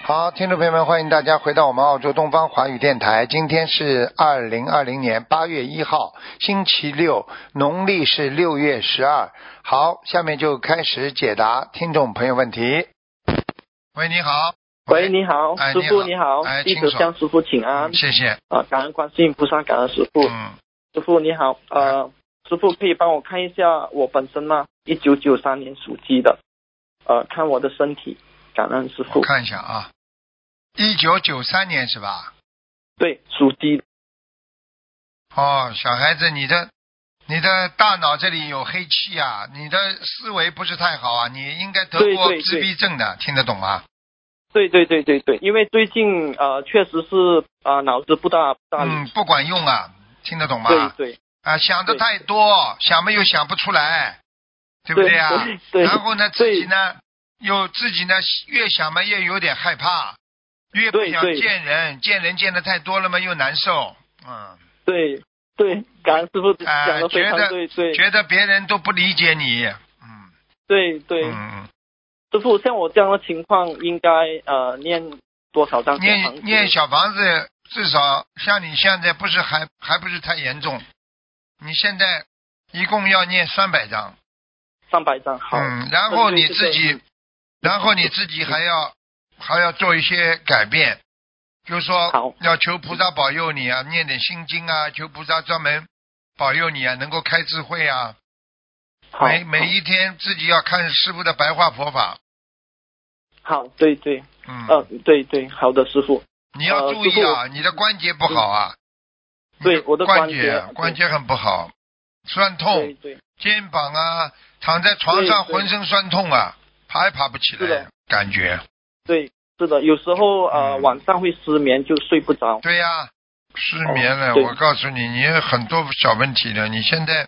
好，听众朋友们，欢迎大家回到我们澳洲东方华语电台。今天是2020年8月1号，星期六，农历是6月12。好，下面就开始解答听众朋友问题。喂，你好。 喂，你好，师傅你好，弟子向师傅请安。 谢谢。 感恩观世音菩萨，感恩师傅。师傅你好，师傅可以帮我看一下我本身吗？1993年属鸡的，看我的身体，感恩师傅。 我看一下啊。1993年是吧？ 对，属鸡。 哦，小孩子，你的大脑这里有黑气啊，你的思维不是太好啊，你应该得过自闭症的，听得懂吗？ 对，因为最近确实是脑子不大理。 不管用啊，听得懂吗？ 对。 想的太多，想又想不出来，对不对啊？ 对。 然后呢，自己呢越想嘛越有点害怕。越不想见人，见人见的太多了嘛，又难受。 对，感恩师傅讲的非常对。 觉得别人都不理解你。 对。师傅，像我这样的情况，应该念多少张小房子？ 念小房子，至少像你现在不是还不是太严重，你现在一共要念300张。 300张，好。 然后你自己还要做一些改变，就是说要求菩萨保佑你啊，念点心经啊，求菩萨专门保佑你啊，能够开智慧啊。每一天自己要看师父的白话佛法。 好，对。对，好的，师父。 你要注意啊，你的关节不好啊。 对，我的关节很不好，酸痛。 对。 肩膀啊，躺在床上浑身酸痛啊，爬也爬不起来，感觉。 对，是的，有时候晚上会失眠，就睡不着。 对呀，失眠了，我告诉你，你有很多小问题的。你现在，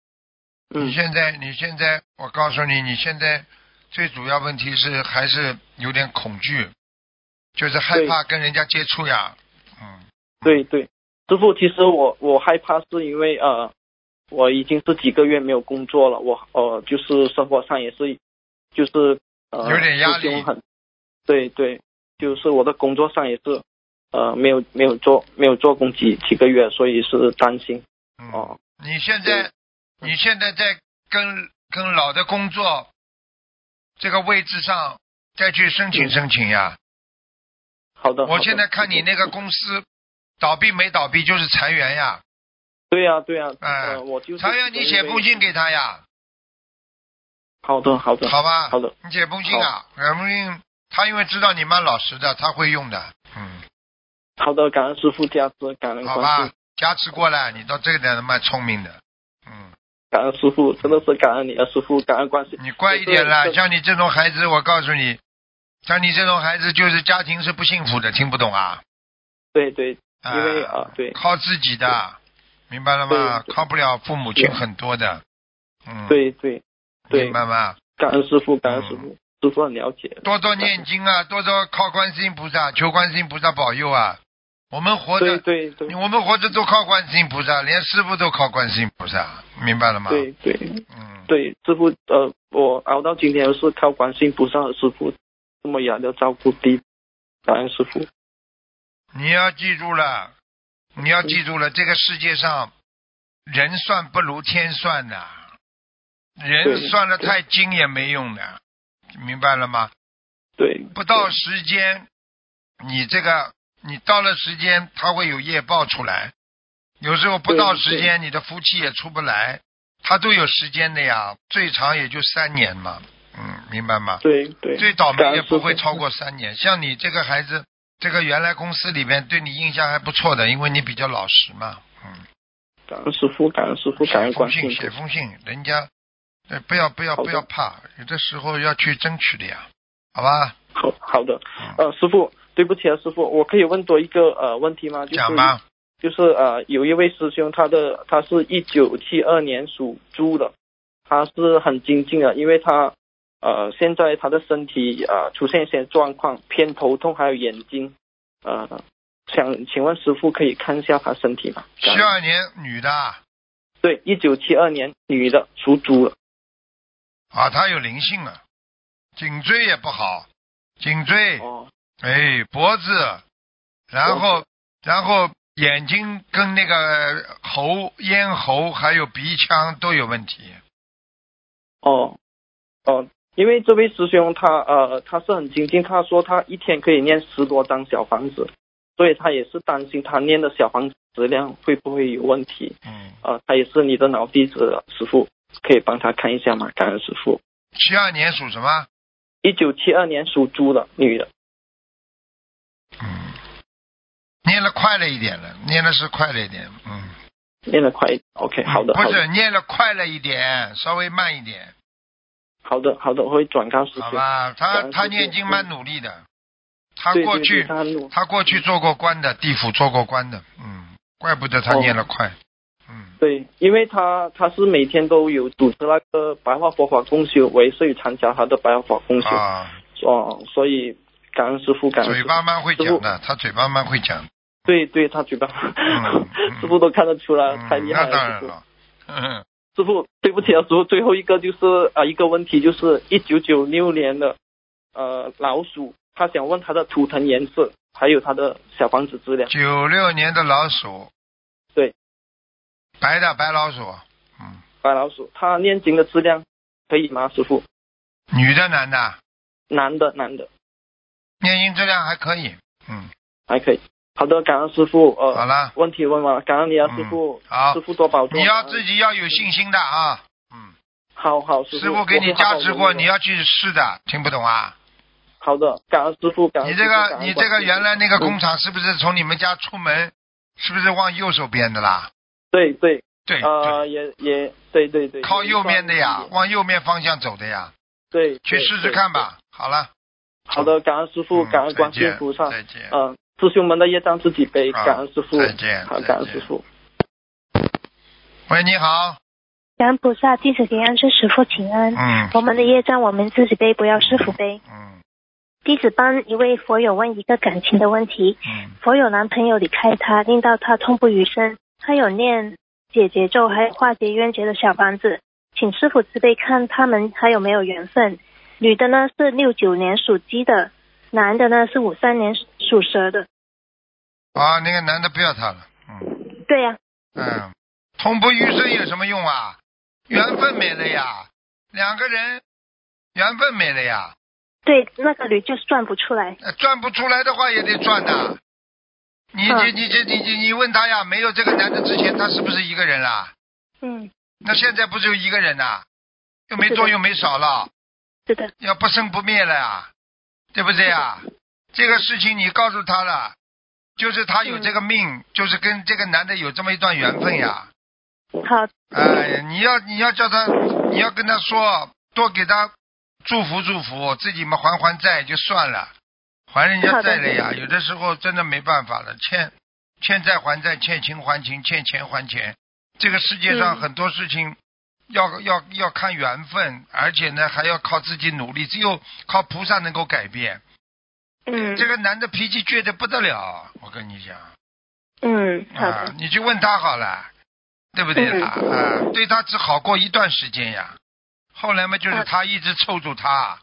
我告诉你，你现在最主要问题是还是有点恐惧，就是害怕跟人家接触呀。 对，师父，其实我害怕是因为我已经是几个月没有工作了，我就是生活上也是就是有点压力。 对，就是我的工作上也是没有做工几个月，所以是担心。 你现在在跟老的工作这个位置上再去申请呀。 好的。 我现在看你那个公司倒闭没倒闭，就是裁员呀。 对呀。我就是裁员，你写封信给他呀。 好的。好吧。 好的。 你写封信啊，写封信。他因为知道你蛮老实的，他会用的。 好的，感恩师父加持，感恩观世。 好吧，加持过来，你到这个点蛮聪明的。 感恩师父，真的是感恩你的师父，感恩观世。 你乖一点了，像你这种孩子，我告诉你，像你这种孩子就是家庭是不幸福的，听不懂啊？ 对，因为对， 靠自己的，明白了吗？靠不了父母亲很多的。 对， 明白吗？ 感恩师父，感恩师父。师父很了解， 多多念经啊，多多靠观世音菩萨，求观世音菩萨保佑啊！我们活着， 对， 我们活着都靠观世音菩萨，连师父都靠观世音菩萨，明白了吗？ 对，对，师父，我熬到今天是靠观世音菩萨和师父这么样的照顾的，感恩师父。 你要记住了，这个世界上人算不如天算的，人算得太精也没用的。明白了吗？ 对， 不到时间，你到了时间，它会有业报出来。有时候不到时间，你的福气也出不来，它都有时间的呀，最长也就3年嘛。明白吗？ 对， 最倒霉也不会超过3年。像你这个孩子，这个原来公司里边对你印象还不错的，因为你比较老实嘛。 感恩师父，感恩观世音。 写封信，人家。不要怕，有的时候要去争取的呀，好吧？ 好的。师父，对不起啊，师父，我可以问多一个问题吗？ 讲吧。 就是有一位师兄，他是1972年属猪的，他是很精进的，因为他现在他的身体出现一些状况，偏头痛，还有眼睛，想请问师父可以看一下他身体吗 ？72年女的。 对，1972年女的，属猪的。 他有灵性了，颈椎也不好，颈椎哎，脖子，然后眼睛跟那个咽喉还有鼻腔都有问题。 哦，因为这位师兄他是很精进，他说他一天可以念10多张小房子，所以他也是担心他念的小房子质量会不会有问题。他也是你的老弟子，师父可以帮他看一下吗？感恩师父。 72年属什么 ？1972年属猪的女的。 念了快了一点了，念的是快了一点。 念了快一点 OK 好的。 不是念了快了一点，稍微慢一点。 好的，我会转告师兄。 好吧，他念经蛮努力的，他过去做过官的，地府做过官的，怪不得他念得快。 对，因为他是每天都有组织那个白话佛法共修，我也是有参加他的白话佛法共修。所以感恩师父，感恩师父。 嘴巴蛮会讲的，他嘴巴蛮会讲。 对，他嘴巴，师父都看得出来，太厉害了。 那当然了。 师父，对不起啊，师父，最后一个就是一个问题，就是1996年的老鼠，他想问他的图腾颜色，还有他的小房子质量。 96年的老鼠。 对。 白老鼠。 白老鼠，他念经的质量可以吗，师父？ 女的男的？ 男的。 念经质量还可以。 还可以。好的，感恩师父。 好了， 问题问完了，感恩你啊，师父。 好， 师父多保重。 你要自己要有信心的啊。 好，师父。 师父给你加持过，你要去试的，听不懂啊？ 好的，感恩师父，感恩师父。 你这个原来那个工厂是不是从你们家出门，是不是往右手边的啦？ 对。 也对。 靠右面的呀，往右面方向走的呀。 对。 去试试看吧。好了。 好的，感恩师父，感恩观世音菩萨。 再见。 师兄们的业障自己背，感恩师父。 再见。 好，感恩师父。 喂，你好。 感恩菩萨，弟子给恩师师父请安。我们的业障我们自己背，不要师父背。弟子帮一位佛友问一个感情的问题。佛友男朋友离开他，令到他痛不欲生。他有念解结咒，还有化解冤结的小房子，请师父慈悲看他们还有没有缘分。女的呢是69年属鸡的，男的呢是53年属蛇的。 那个男的不要他了。 对呀。 痛不欲生有什么用啊？缘分没了呀，两个人缘分没了呀。 对，那个驴就是转不出来。 转不出来的话也得转的。你问他呀，没有这个男的之前他是不是一个人啦？那现在不是有一个人呐？又没多又没少了。 是的。 要不生不灭了呀，对不对呀？这个事情你告诉他了，就是他有这个命，就是跟这个男的有这么一段缘分呀。 好。 你要叫他，你要跟他说，多给他祝福，自己嘛还债就算了，还人家债了呀。有的时候真的没办法了，欠债还债，欠情还情，欠钱还钱。这个世界上很多事情要看缘分，而且呢还要靠自己努力，只有靠菩萨能够改变。这个男的脾气倔得不得了，我跟你讲。 好的。 你去问他好了，对不对啦？对他只好过一段时间呀。后来嘛，就是他一直凑住他。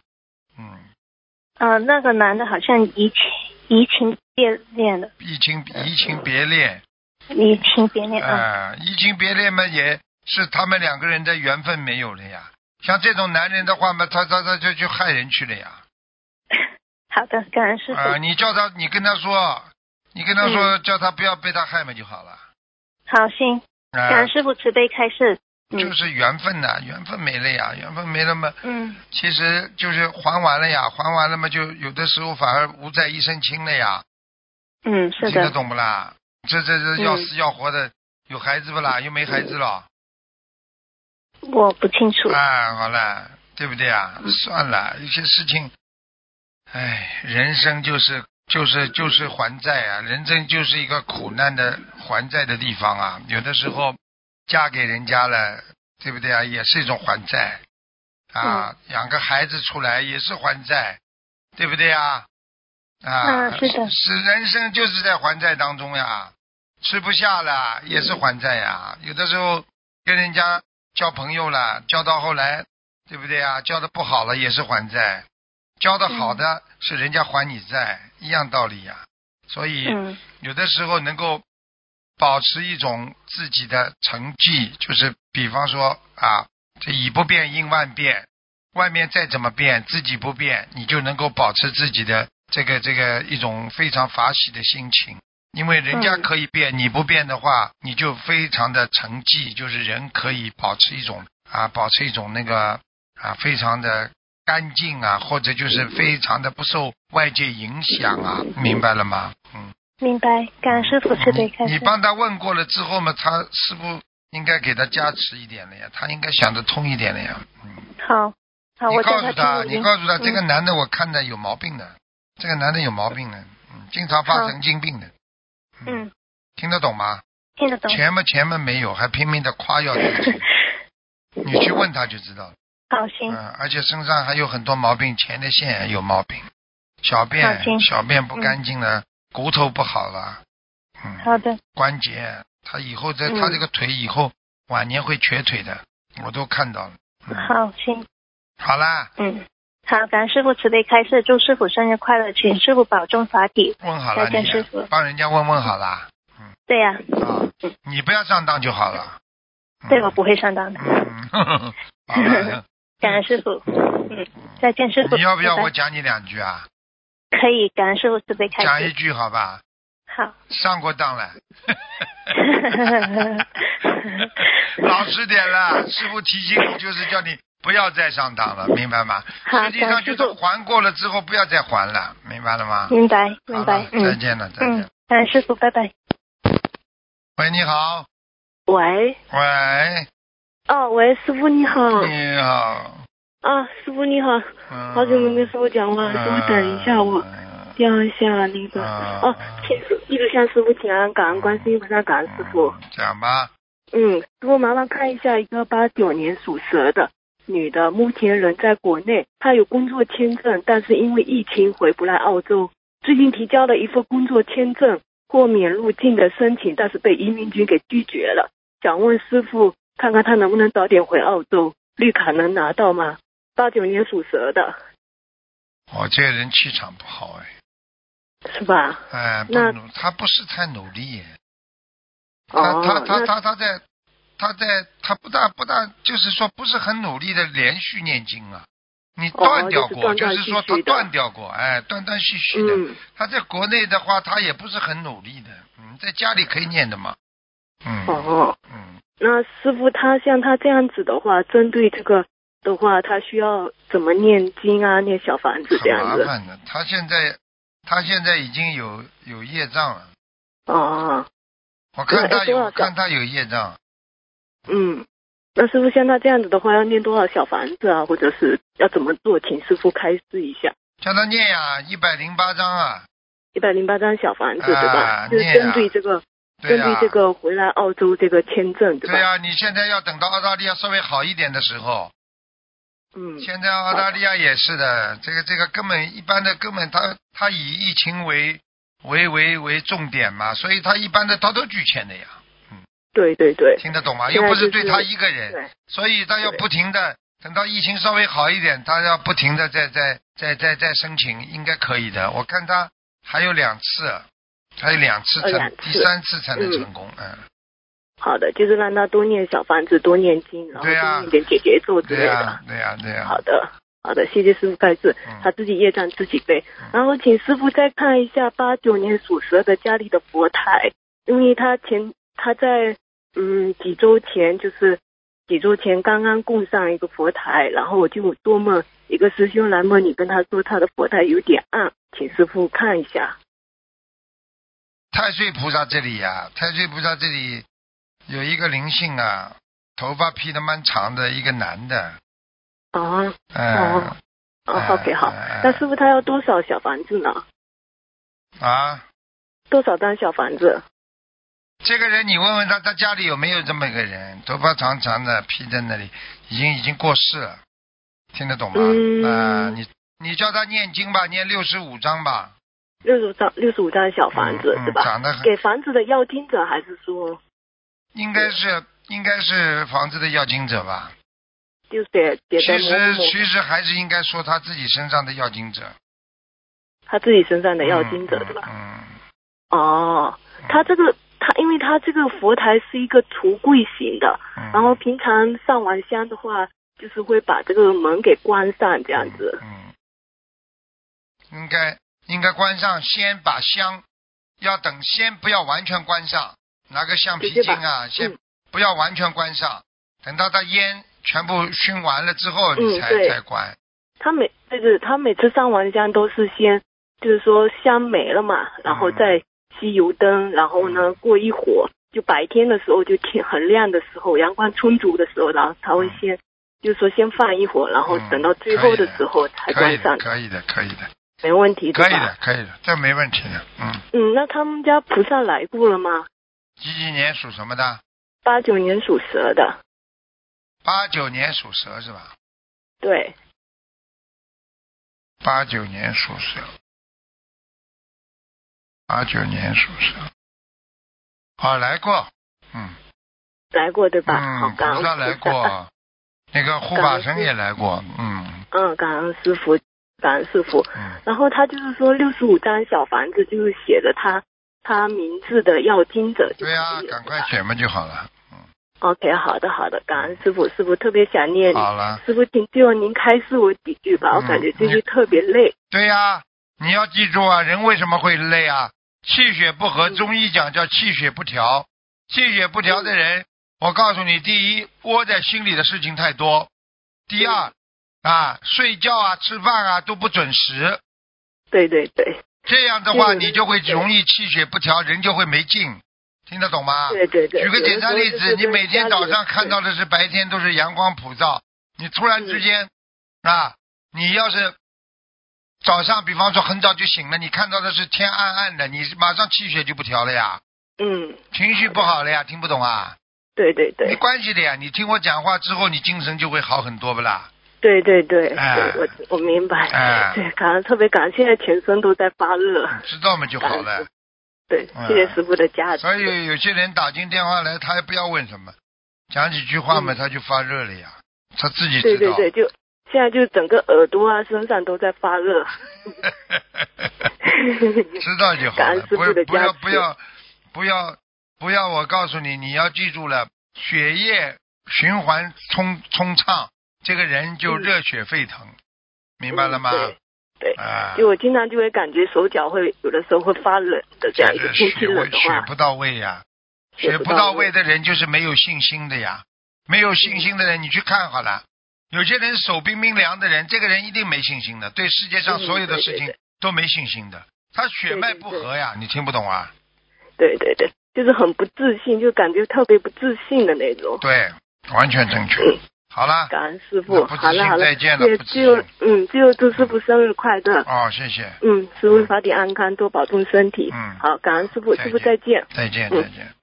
那个男的好像移情别恋了。 移情别恋。 移情别恋移情别恋嘛，也是他们两个人的缘分没有了呀。像这种男人的话嘛，他就害人去了呀。 好的，感恩师父。 你跟他说，叫他不要被他害嘛就好了。 好，行。感恩师父慈悲开示。 就是缘分呐，缘分没了呀，缘分没了嘛。其实就是还完了呀，还完了嘛，就有的时候反而无债一身轻了呀。 是的。 听得懂不啦？这要死要活的，有孩子不啦？又没孩子了。 我不清楚。 好了，对不对啊？算了，有些事情，人生就是还债啊，人生就是一个苦难的还债的地方啊。有的时候嫁给人家了，对不对啊？也是一种还债啊。养个孩子出来也是还债，对不对啊？ 是的。 是人生就是在还债当中呀，吃不下了也是还债呀。有的时候跟人家交朋友了，交到后来，对不对啊？交的不好了也是还债。 教的好的是人家还你债，一样道理呀。所以有的时候能够保持一种自己的成绩，就是比方说啊，这以不变应万变，外面再怎么变，自己不变，你就能够保持自己的这个一种非常法喜的心情。因为人家可以变，你不变的话，你就非常的沉寂，就是人可以保持一种那个非常的干净啊，或者就是非常的不受外界影响啊，明白了吗？ 明白，感恩师父慈悲开示。 你帮他问过了之后嘛，他师父应该给他加持一点了呀，他应该想得通一点了呀。 好， 你告诉他，这个男的我看的有毛病的，这个男的有毛病的，经常发神经病的。听得懂吗？ 听得懂。 钱嘛没有，还拼命的夸耀自己。你去问他就知道了。 好，行。 而且身上还有很多毛病，前列腺有毛病，小便不干净了，骨头不好了。 好的。 关节，他以后他这个腿以后晚年会瘸腿的，我都看到了。 好，行。 好啦。 好，感恩师父慈悲开示，祝师父生日快乐，请师父保重法体。 问好了， 再见师父。 帮人家问好啦。 对呀。 你不要上当就好了。 对，我不会上当的。 好了。 感恩师父。再见师父。 你要不要我讲你2句啊？ 可以，感恩师父慈悲开示。 讲1句好吧？ 好。 上过当了。老实点了，师父提醒你就是叫你不要再上当了，明白吗？实际上就是还过了之后不要再还了，明白了吗？ 明白。 再见了，再见。 感恩师父，拜拜。 喂，你好。 喂。喂，师父你好。 你好。 师父你好，好久没跟师父讲话，师父等一下我讲一下那个一直向师父请安，感恩观世音菩萨，感恩师父。 讲吧。 师父麻烦看一下一个89年属蛇的女的，目前人在国内，她有工作签证，但是因为疫情回不来澳洲，最近提交了一份工作签证豁免入境的申请，但是被移民局给拒绝了。想问师父，看看她能不能早点回澳洲，绿卡能拿到吗？89年属蛇的。 这个人气场不好是吧？ 他不是太努力。他不大就是说不是很努力的连续念经啊。你断掉过，就是说他断掉过，断断续续的。他在国内的话，他也不是很努力的。在家里可以念的嘛。 那师父他像他这样子的话，针对这个的话，他需要怎么念经啊，念小房子这样子？ 很麻烦的，他现在已经有业障了。我看他有业障。 那师父像他这样子的话，要念多少小房子啊，或者是要怎么做？请师父开示一下。 叫他念呀，108章啊。 108张小房子，对吧？就是针对这个。针对这个回来澳洲这个签证，对吧？ 对啊，你现在要等到澳大利亚稍微好一点的时候。现在澳大利亚也是的，这个根本一般的根本他以疫情为重点嘛，所以他一般的他都拒签的呀。 对。 听得懂吗？又不是对他一个人，所以他要不停的等到疫情稍微好一点，他要不停的再申请，应该可以的。我看他还有2次。还有2次第3次才能成功。 好的，就是让他多念小房子，多念经，然后多念点解结咒之类的。 对呀。 好的，谢谢师父开示。他自己业障自己背。然后请师父再看一下89年属蛇的家里的佛台，因为他在几周前刚刚供上一个佛台，然后我就做梦，一个师兄来梦里跟他说他的佛台有点暗，请师父看一下。 太岁菩萨这里有一个灵性啊，头发披得蛮长的一个男的。 OK 好。那师父他要多少小房子呢？多少张小房子？ 这个人你问问他家里有没有这么一个人，头发长长的披在那里，已经过世了，听得懂吗？你叫他念经吧，念65章吧。 65张小房子，对吧？给房子的要经者还是说？ 应该是房子的要经者吧。 就写的其实还是应该说他自己身上的要经者。 他自己身上的要经者对吧？哦，因为他这个佛台是一个橱柜型的，然后平常上完香的话，就是会把这个门给关上这样子。 应该关上，先把香要等，先不要完全关上，拿个橡皮筋啊，先不要完全关上，等到它烟全部熏完了之后，你才关。 他每次上完香都是先就是说香没了嘛，然后再吸油灯，然后呢过一会儿，就白天的时候就天很亮的时候，阳光充足的时候，然后他会先就是说先放一会儿，然后等到最后的时候才关上。 可以的。 没问题的。 可以的，这没问题的。 那他们家菩萨来过了吗？ 几年属什么的 ？89年属蛇的。 89年属蛇是吧？ 对。 89年属蛇。89年属蛇。来过。 来过对吧？好， 菩萨来过，那个护法神也来过。 感恩师父。然后他就是说65张小房子就是写了他名字的要经者。 对啊，赶快写嘛就好了。 OK， 好的，感恩师父特别想念你。 好了， 师父请就您开示我几句吧，我感觉这句特别累。 对呀，你要记住啊，人为什么会累啊？气血不和，中医讲叫气血不调。气血不调的人，我告诉你，第一，窝在心里的事情太多；第二，睡觉啊、吃饭啊都不准时。 对。 这样的话，你就会容易气血不调，人就会没劲。听得懂吗？ 对。 举个简单例子，你每天早上看到的是白天都是阳光普照，你突然之间你要是早上比方说很早就醒了，你看到的是天暗暗的，你马上气血就不调了呀。情绪不好了呀，听不懂啊？ 对。 没关系的呀，你听我讲话之后，你精神就会好很多不啦？ 对，我明白。对，特别感恩，现在全身都在发热。 知道嘛就好了。 对，谢谢师父的加持。 所以有些人打进电话来，他也不要问什么，讲几句话嘛，他就发热了呀，他自己知道。 对，就现在就整个耳朵啊、身上都在发热。 知道就好了。 感恩师父的加持。 不要，我告诉你，你要记住了，血液循环通畅，这个人就热血沸腾，明白了吗？ 对，就我经常就会感觉手脚会有的时候会发冷的这样一个天气冷的话。 血不到位呀，血不到位的人就是没有信心的呀，没有信心的人你去看好了，有些人手冰冰凉的人，这个人一定没信心的，对世界上所有的事情都没信心的，他血脉不和呀，你听不懂啊？对， 就是很不自信，就感觉特别不自信的那种。 对，完全正确。好了， 感恩师父。好了， 再见了。 最后祝师父生日快乐。 谢谢。 师父法体安康，多保重身体。好，感恩师父，师父再见。 再见。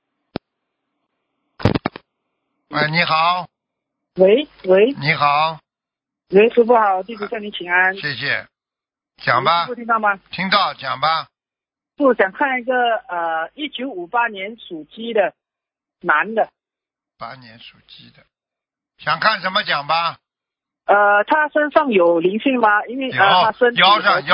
喂，你好。 喂。 你好。 喂，师父好，弟子向您请安。 谢谢。讲吧。 师父听到吗？ 听到，讲吧。 师父想看一个1958年属鸡的男的。 8年属鸡的。想看什么讲吧？ 他身上有灵性吗？因为他身体腰上。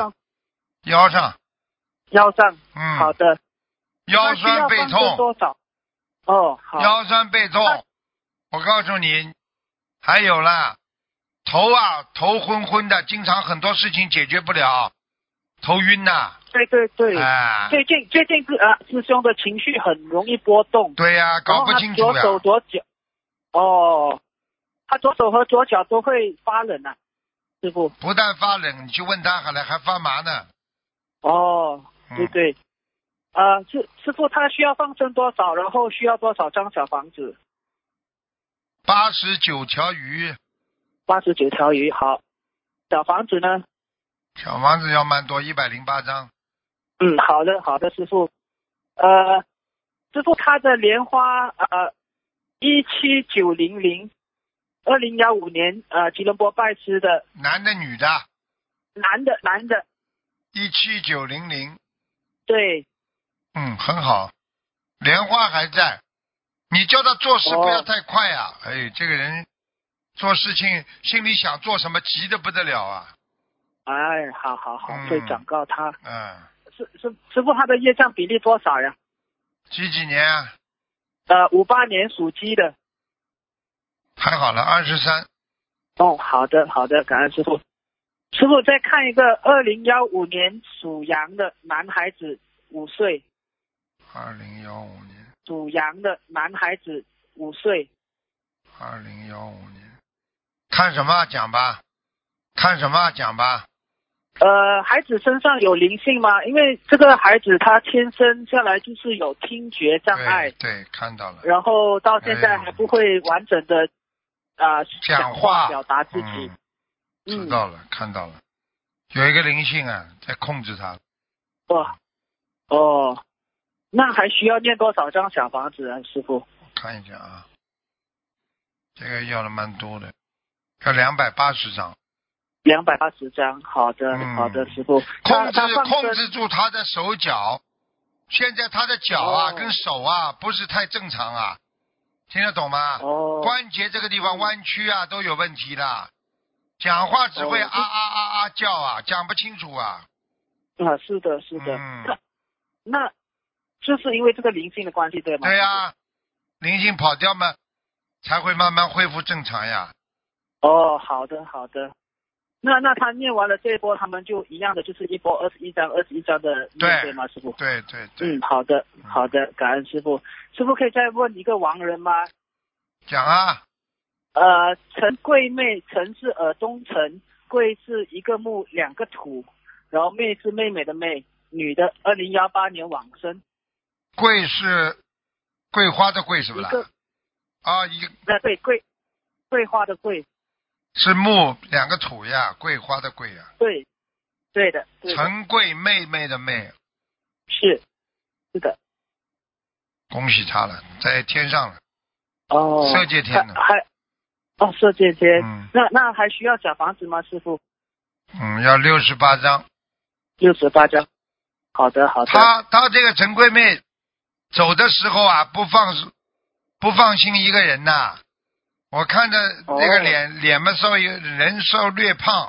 好的。 腰酸背痛多少？好。 腰酸背痛，我告诉你，还有啦，头昏昏的，经常很多事情解决不了，头晕呐。 对。最近师兄的情绪很容易波动。 对呀，搞不清楚呀。 左手左脚。他左手和左脚都会发冷啊，师父。 不但发冷，你去问他好了，还发麻呢。 对。师父他需要放生多少，然后需要多少张小房子 ？89条鱼。 89条鱼，好。小房子呢？ 小房子要蛮多，108张。 好的，师父。师父他的莲花17900。2015年吉隆坡拜师的。 男的女的？ 男的。 17900。 对。 很好，莲花还在，你叫他做事不要太快啊。这个人做事情心里想做什么急得不得了啊。 哎，好，会转告他。 师傅，他的业障比例多少呀？ 几年啊 ？58年属鸡的。 还好了，23。 哦，好的，感恩师傅。师傅再看一个2015年属羊的男孩子，5岁。 2015年属羊的男孩子5岁。 2015年，看什么讲吧？ 孩子身上有灵性吗？因为这个孩子他天生下来就是有听觉障碍。 对，看到了。 然后到现在还不会完整的讲话表达自己。 知道了，看到了，有一个灵性啊，在控制他。 那还需要念多少张小房子啊，师傅？ 看一下啊，这个要了蛮多的，要280张。 280张，好的，师傅。 控制住他的手脚，现在他的脚啊跟手啊不是太正常啊，听得懂吗？关节这个地方弯曲啊都有问题的，讲话只会啊叫啊，讲不清楚啊。 是的。那就是因为这个灵性的关系，对吗？ 对呀，灵性跑掉嘛，才会慢慢恢复正常呀。 好的。那他念完了这一波，他们就一样的，就是一波21张的念，对吗，师傅？ 对。 好的，感恩师傅。师傅可以再问一个亡人吗？ 讲啊。 陈桂妹，陈是耳东陈，桂是一个木两个土，然后妹是妹妹的妹，女的，2018年往生。 桂是桂花的桂是不是？ 对，桂花的桂。 是木两个土呀，桂花的桂呀。 对的。 陈桂妹妹的妹。 是的。 恭喜他了，在天上了。色界天了。 色界天。那还需要小房子吗，师傅？ 要68张。 68张。好的。 他这个陈桂妹走的时候啊，不放心一个人呐。我看着这个脸嘛，人稍略胖，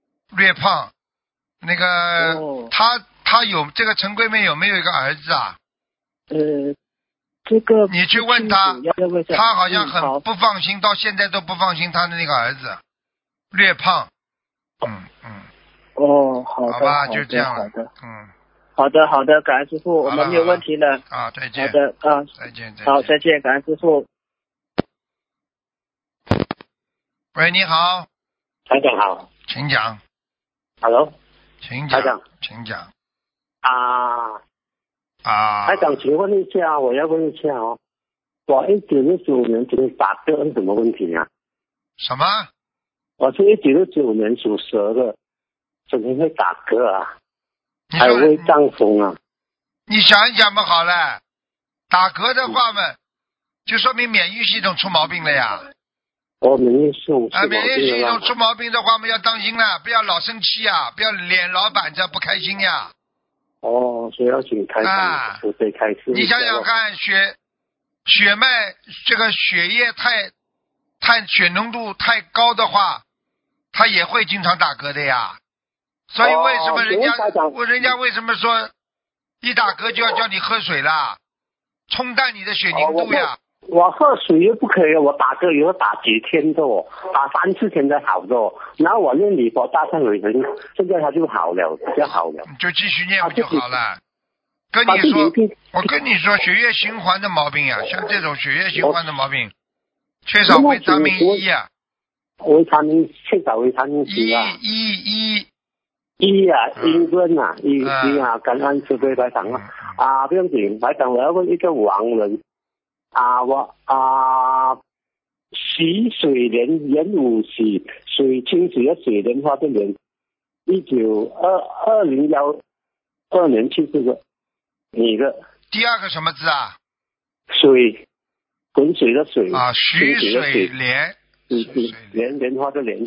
那个他有这个陈桂妹有没有一个儿子啊？ 这个你去问他，他好像很不放心，到现在都不放心他的那个儿子，略胖。 好吧，就这样了。 好的，感恩师傅，我们没有问题了。 再见。 好的， 再见。 好，再见，感恩师傅。 喂，你好。 台长好。 请讲。 Hello。 请讲。 台长， 请讲。 台长，请问一下，我要问一下我1965年曾经打嗝是什么问题啊？ 什么？ 我是1965年属蛇的，怎么会打嗝啊？还有胃胀风啊？ 你想一想嘛，好了，打嗝的话嘛，就说明免疫系统出毛病了呀。 免疫系统出毛病的话，我们要当心了，不要老生气呀，不要脸老板着不开心呀。 所以要请开始不对开始。 你想想看，血脉这个血液太血浓度太高的话，他也会经常打嗝的呀。所以为什么人家为什么说一打嗝就要叫你喝水啦，冲淡你的血凝度呀。 我喝水又不可以，我打嗝有打几天的打3次天才好的然后我念礼佛大忏悔文，现在它就好了，比较好了。 你就继续念不就好了？我跟你说，血液循环的毛病呀，像这种血液循环的毛病，缺少维他命 E 呀。 缺少维他命 C 啊。英文啊，感恩慈悲台长不用紧，台长，我要问一个亡人。洗水莲雾洗水清洗的水莲花的莲，2012年去世的女的。 第二个什么字啊？ 水，滚水的水。 徐水莲。 莲花的莲。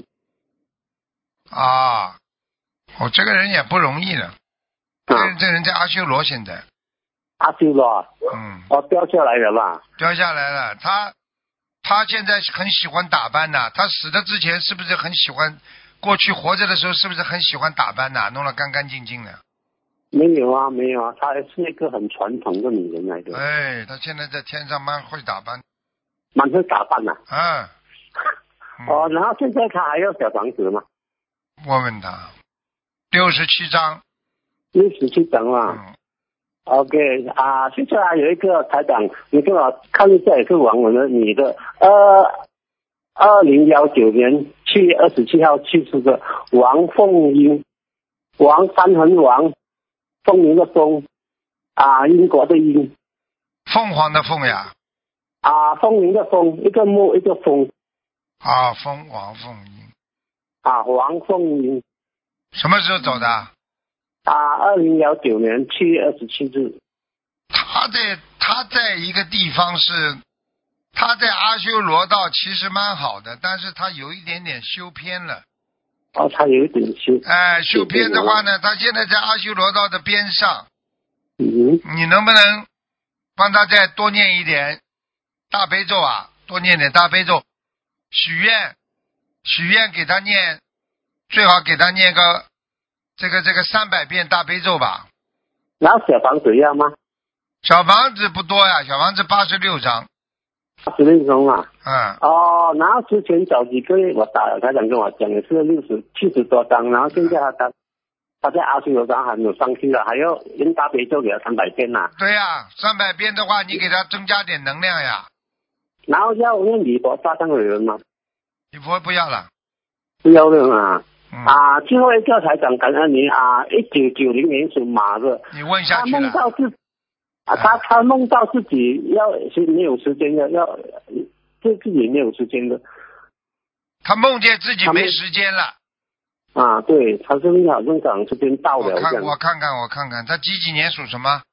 这个人也不容易的。这人在阿修罗现在。 阿修罗。掉下来了吧？ 掉下来了，他他现在很喜欢打扮呐，他死的之前是不是很喜欢？过去活着的时候是不是很喜欢打扮呐？弄得干干净净的。 没有啊，没有啊，她是一个很传统的女人来的。 哎，她现在在天上蛮会打扮。 蛮会打扮呐。 哦， 然后现在她还要小房子吗？ 我问他，67张。 67张啊。OK 啊，接下来有一个台长，你给我看一下，也是网文的女的，2019年7月27号去世的王凤英，王三横王，凤鸣的凤，英国的英， 凤凰的凤呀。 凤鸣的凤，一个木一个风。 王凤英。 王凤英。 什么时候走的 ？2019年7月27日。 他在一个地方是，他在阿修罗道其实蛮好的，但是他有一点点修偏了。 他有一点修偏的话呢，他现在在阿修罗道的边上。 你能不能帮他再多念一点大悲咒啊？多念点大悲咒，许愿给他念，最好给他念个这个300遍大悲咒吧。 然后小房子要吗？ 小房子不多呀，小房子86张。 86张啊。然后之前早几个月我打了，台长跟我讲也是70多张，然后现在他在阿修罗道还没有上去了，还要用大悲咒给他300遍呐。 对呀，300遍的话，你给他增加点能量呀。 然后要用礼佛大忏悔文吗？ 礼佛不要了。 不要了啊。最后一个台长感恩你1990年属马的。 你问下去了。 他梦到自己是没有时间的，自己没有时间的。 他梦见自己没时间了。 对，他说好像讲时间到了。 我看看，他几年属什么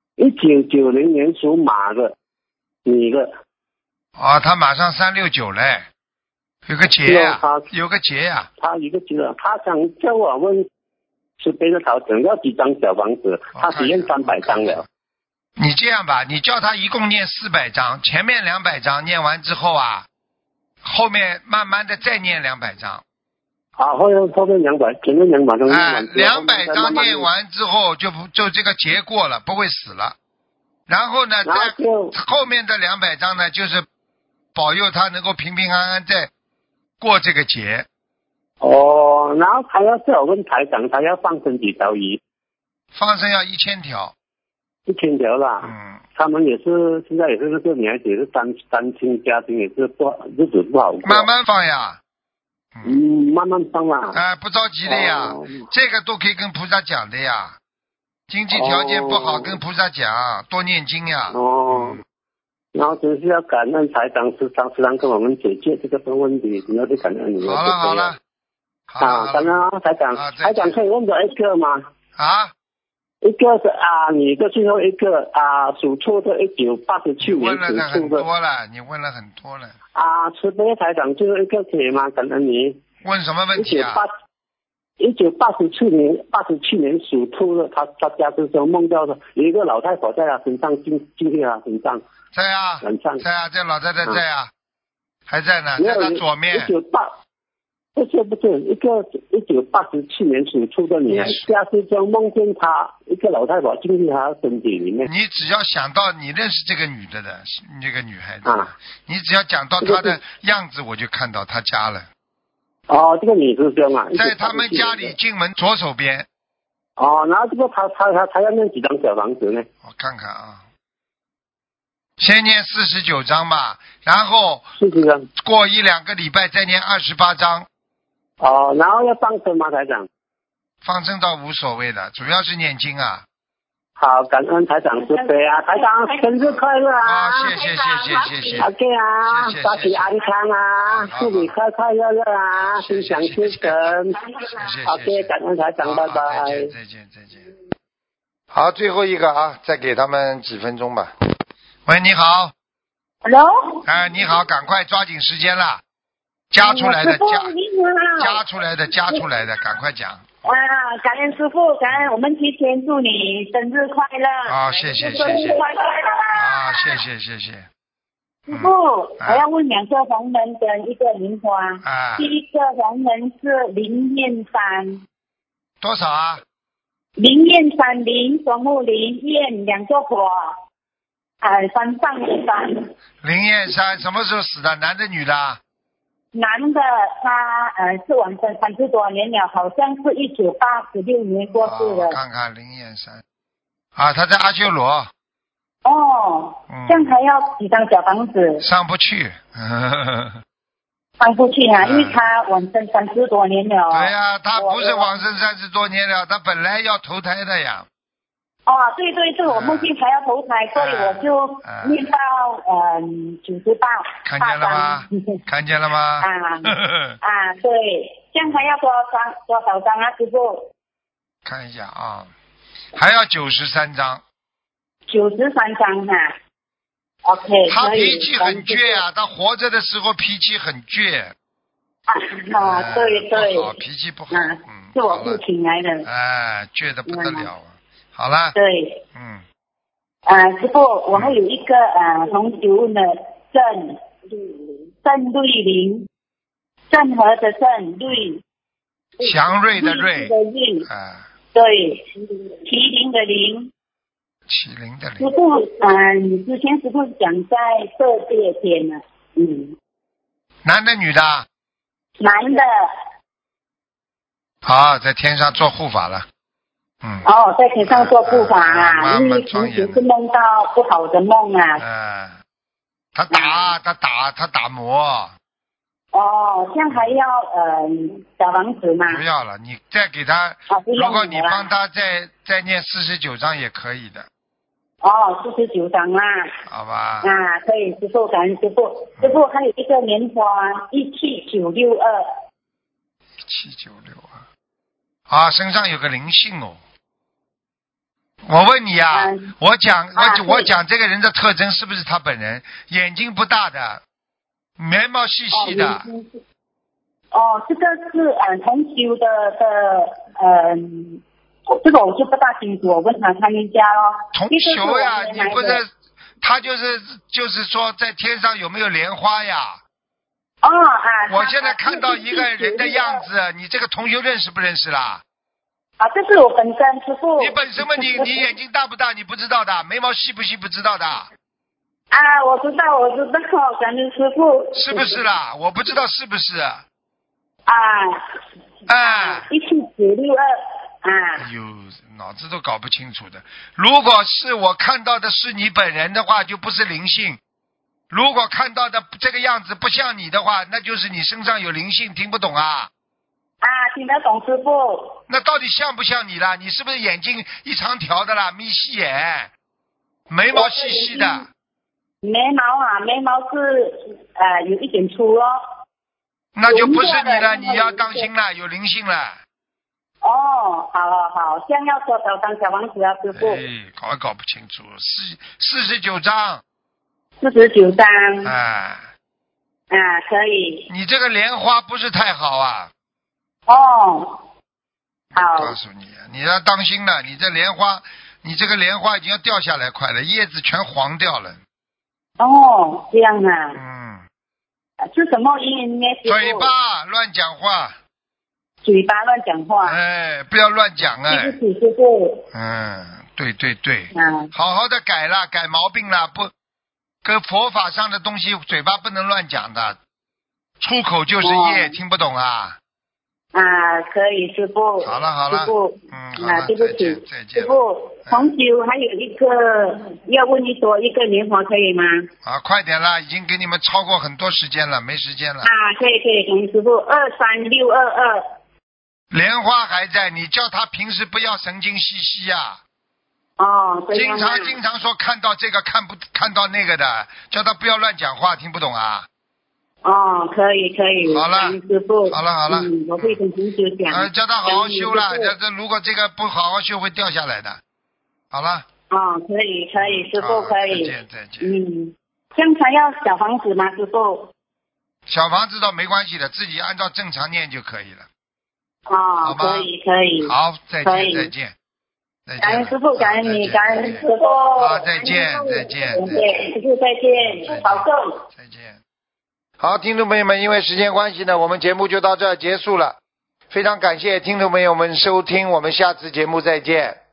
？1990年属马的女的。 他马上369嘞，有个劫呀，有个劫呀。 他一个劫了，他想叫我问是别的考整要几张小房子，他只念300张了。 你这样吧，你叫他一共念400张，前面200张念完之后后面慢慢的再念200张。 后面200，前面200张念完。 200张念完之后就这个劫过了，不会死了。然后呢，在后面的200张呢，就是保佑他能够平平安安再过这个劫。 然后他要是我问台长，他要放生几条鱼？ 放生要1000条。 1000条啦。他们也是现在也是这个女孩子也是单亲家庭，也是日子不好过。 慢慢放呀。 慢慢放啦。 不着急的呀。这个都可以跟菩萨讲的呀。经济条件不好，跟菩萨讲，多念经呀。 然后真是要感恩台长时常跟我们解决这个问题，你要去感恩你。 好了。 感恩台长。台长可以问到一个吗？一个是你的最后一个属兔的1987年属兔的。 你问了很多了。 慈悲台长最后一个可以吗？感恩你。 问什么问题 1987年属兔的，他家是说梦到的有一个老太婆在他身上进去他身上。 在这老太太在还在呢，在他左面。 不是一个1987年属兔的女孩，家是说梦见她一个老太婆进去她身体里面。 你只要想到你认识这个女的这个女孩子你只要讲到她的样子，我就看到她家了。 这个女师兄在他们家里进门左手边。 然后这个他要念几张小房子呢？ 我看看先念49张吧，然后过1-2个礼拜再念28张。 然后要放生吗，台长？ 放生倒无所谓的，主要是念经好，感恩台长慈悲台长生日快乐谢谢。 OK 身体安康祝你快快乐乐心想事成。OK， 感恩台长，拜拜。 再见。好，最后一个再给他们几分钟吧。喂，你好。 Hello。 你好，赶快抓紧时间了，加出来的，赶快讲。 感恩师父，感恩我们提前祝你生日快乐。 谢谢。谢谢。 师傅，我要问2个红人跟一个莲花。第一个红人是林燕山。 多少啊？ 林燕山，林双木林燕2个火，山上的山。 林燕山什么时候死的？男的女的？ 男的，他是往生30多年了，好像是1986年过世的。 看看林燕山，他在阿修罗。 这样还要几张小房子？ 上不去。 上不去因为他往生30多年了。 对呀，他不是往生30多年了，他本来要投胎的呀。 对，我梦见还要投胎，所以我就念到98。 看见了吗？看见了吗？ 对，这样还要多少张啊，师傅？ 看一下啊，还要93张。 93张啊。OK。 他脾气很倔啊，他活着的时候脾气很倔。 对。 好，脾气不好。 是我父亲来的。 倔得不得了。好了。 对。师傅，我还有一个同学问的郑瑞玲，郑和的郑，瑞， 祥瑞的瑞。 对，麒麟的麟。 麒麟的麟。 师傅，之前师傅讲在色界天呢。 男的女的？ 男的。 好，在天上做護法了。 在天上做护法啊，因为平时是梦到不好的梦啊。 他打魔。 这样还要小房子吗？ 不要了，你再给他，如果你帮他再念49章也可以的。 49章啦。好吧。可以，师傅，感恩师傅。师傅还有一个莲花17962。 17962。身上有个灵性哦。我问你啊，我讲这个人的特征是不是他本人？眼睛不大的，眉毛细细的。 这个是同修的这个我就不大清楚，我问他看一下咯。 同修呀，你不是他就是说在天上有没有莲花呀？我现在看到一个人的样子，你这个同修认识不认识啦？ 这是我本身师傅。 你本身嘛，你眼睛大不大你不知道的，眉毛细不细不知道的。 我知道，感恩师傅。 是不是啦？我不知道是不是。 17962。 哎呦，脑子都搞不清楚的。如果是我看到的是你本人的话，就不是灵性；如果看到的这个样子不像你的话，那就是你身上有灵性。听不懂啊？ 听得懂师傅。 那到底像不像你啦？你是不是眼睛一长条的啦，眯细眼，眉毛细细的？ 眉毛是有一点粗哦。 那就不是你了，你要当心了，有灵性了。 好，这样要多少张小房子啊，师傅？ 搞不清楚，49张。 49张。可以。 你这个莲花不是太好啊。 好。 告诉你，你要当心了，你这个莲花已经要掉下来快了，叶子全黄掉了。 这样啊。是什么原因呢？ 嘴巴乱讲话。不要乱讲对不起师傅。 对。好好的改毛病了，不跟佛法上的东西嘴巴不能乱讲的，出口就是业，听不懂啊？ 可以师傅。 好了。 师傅。对不起。 再见。 师傅，同修还有一个要问一个莲花可以吗？ 快点啦，已经给你们超过很多时间了，没时间了。 可以，感恩师傅。23622。 莲花还在，你叫他平时不要神经兮兮呀。经常说看到这个看到那个的，叫他不要乱讲话，听不懂啊？ 可以。 好了， 师傅。 好了。 我会跟同学讲。 叫他好好修了，这如果这个不好好修会掉下来的。好了。 可以，师傅可以。 再见。 这样才要小房子吗，师傅？ 小房子倒没关系的，自己按照正常念就可以了。 可以。 好，再见。 感恩师傅，感恩你，感恩师傅。 好，再见，再见。 师傅再见，保重。 再见。好，听众朋友们，因为时间关系呢，我们节目就到这儿结束了。非常感谢听众朋友们收听，我们下次节目再见。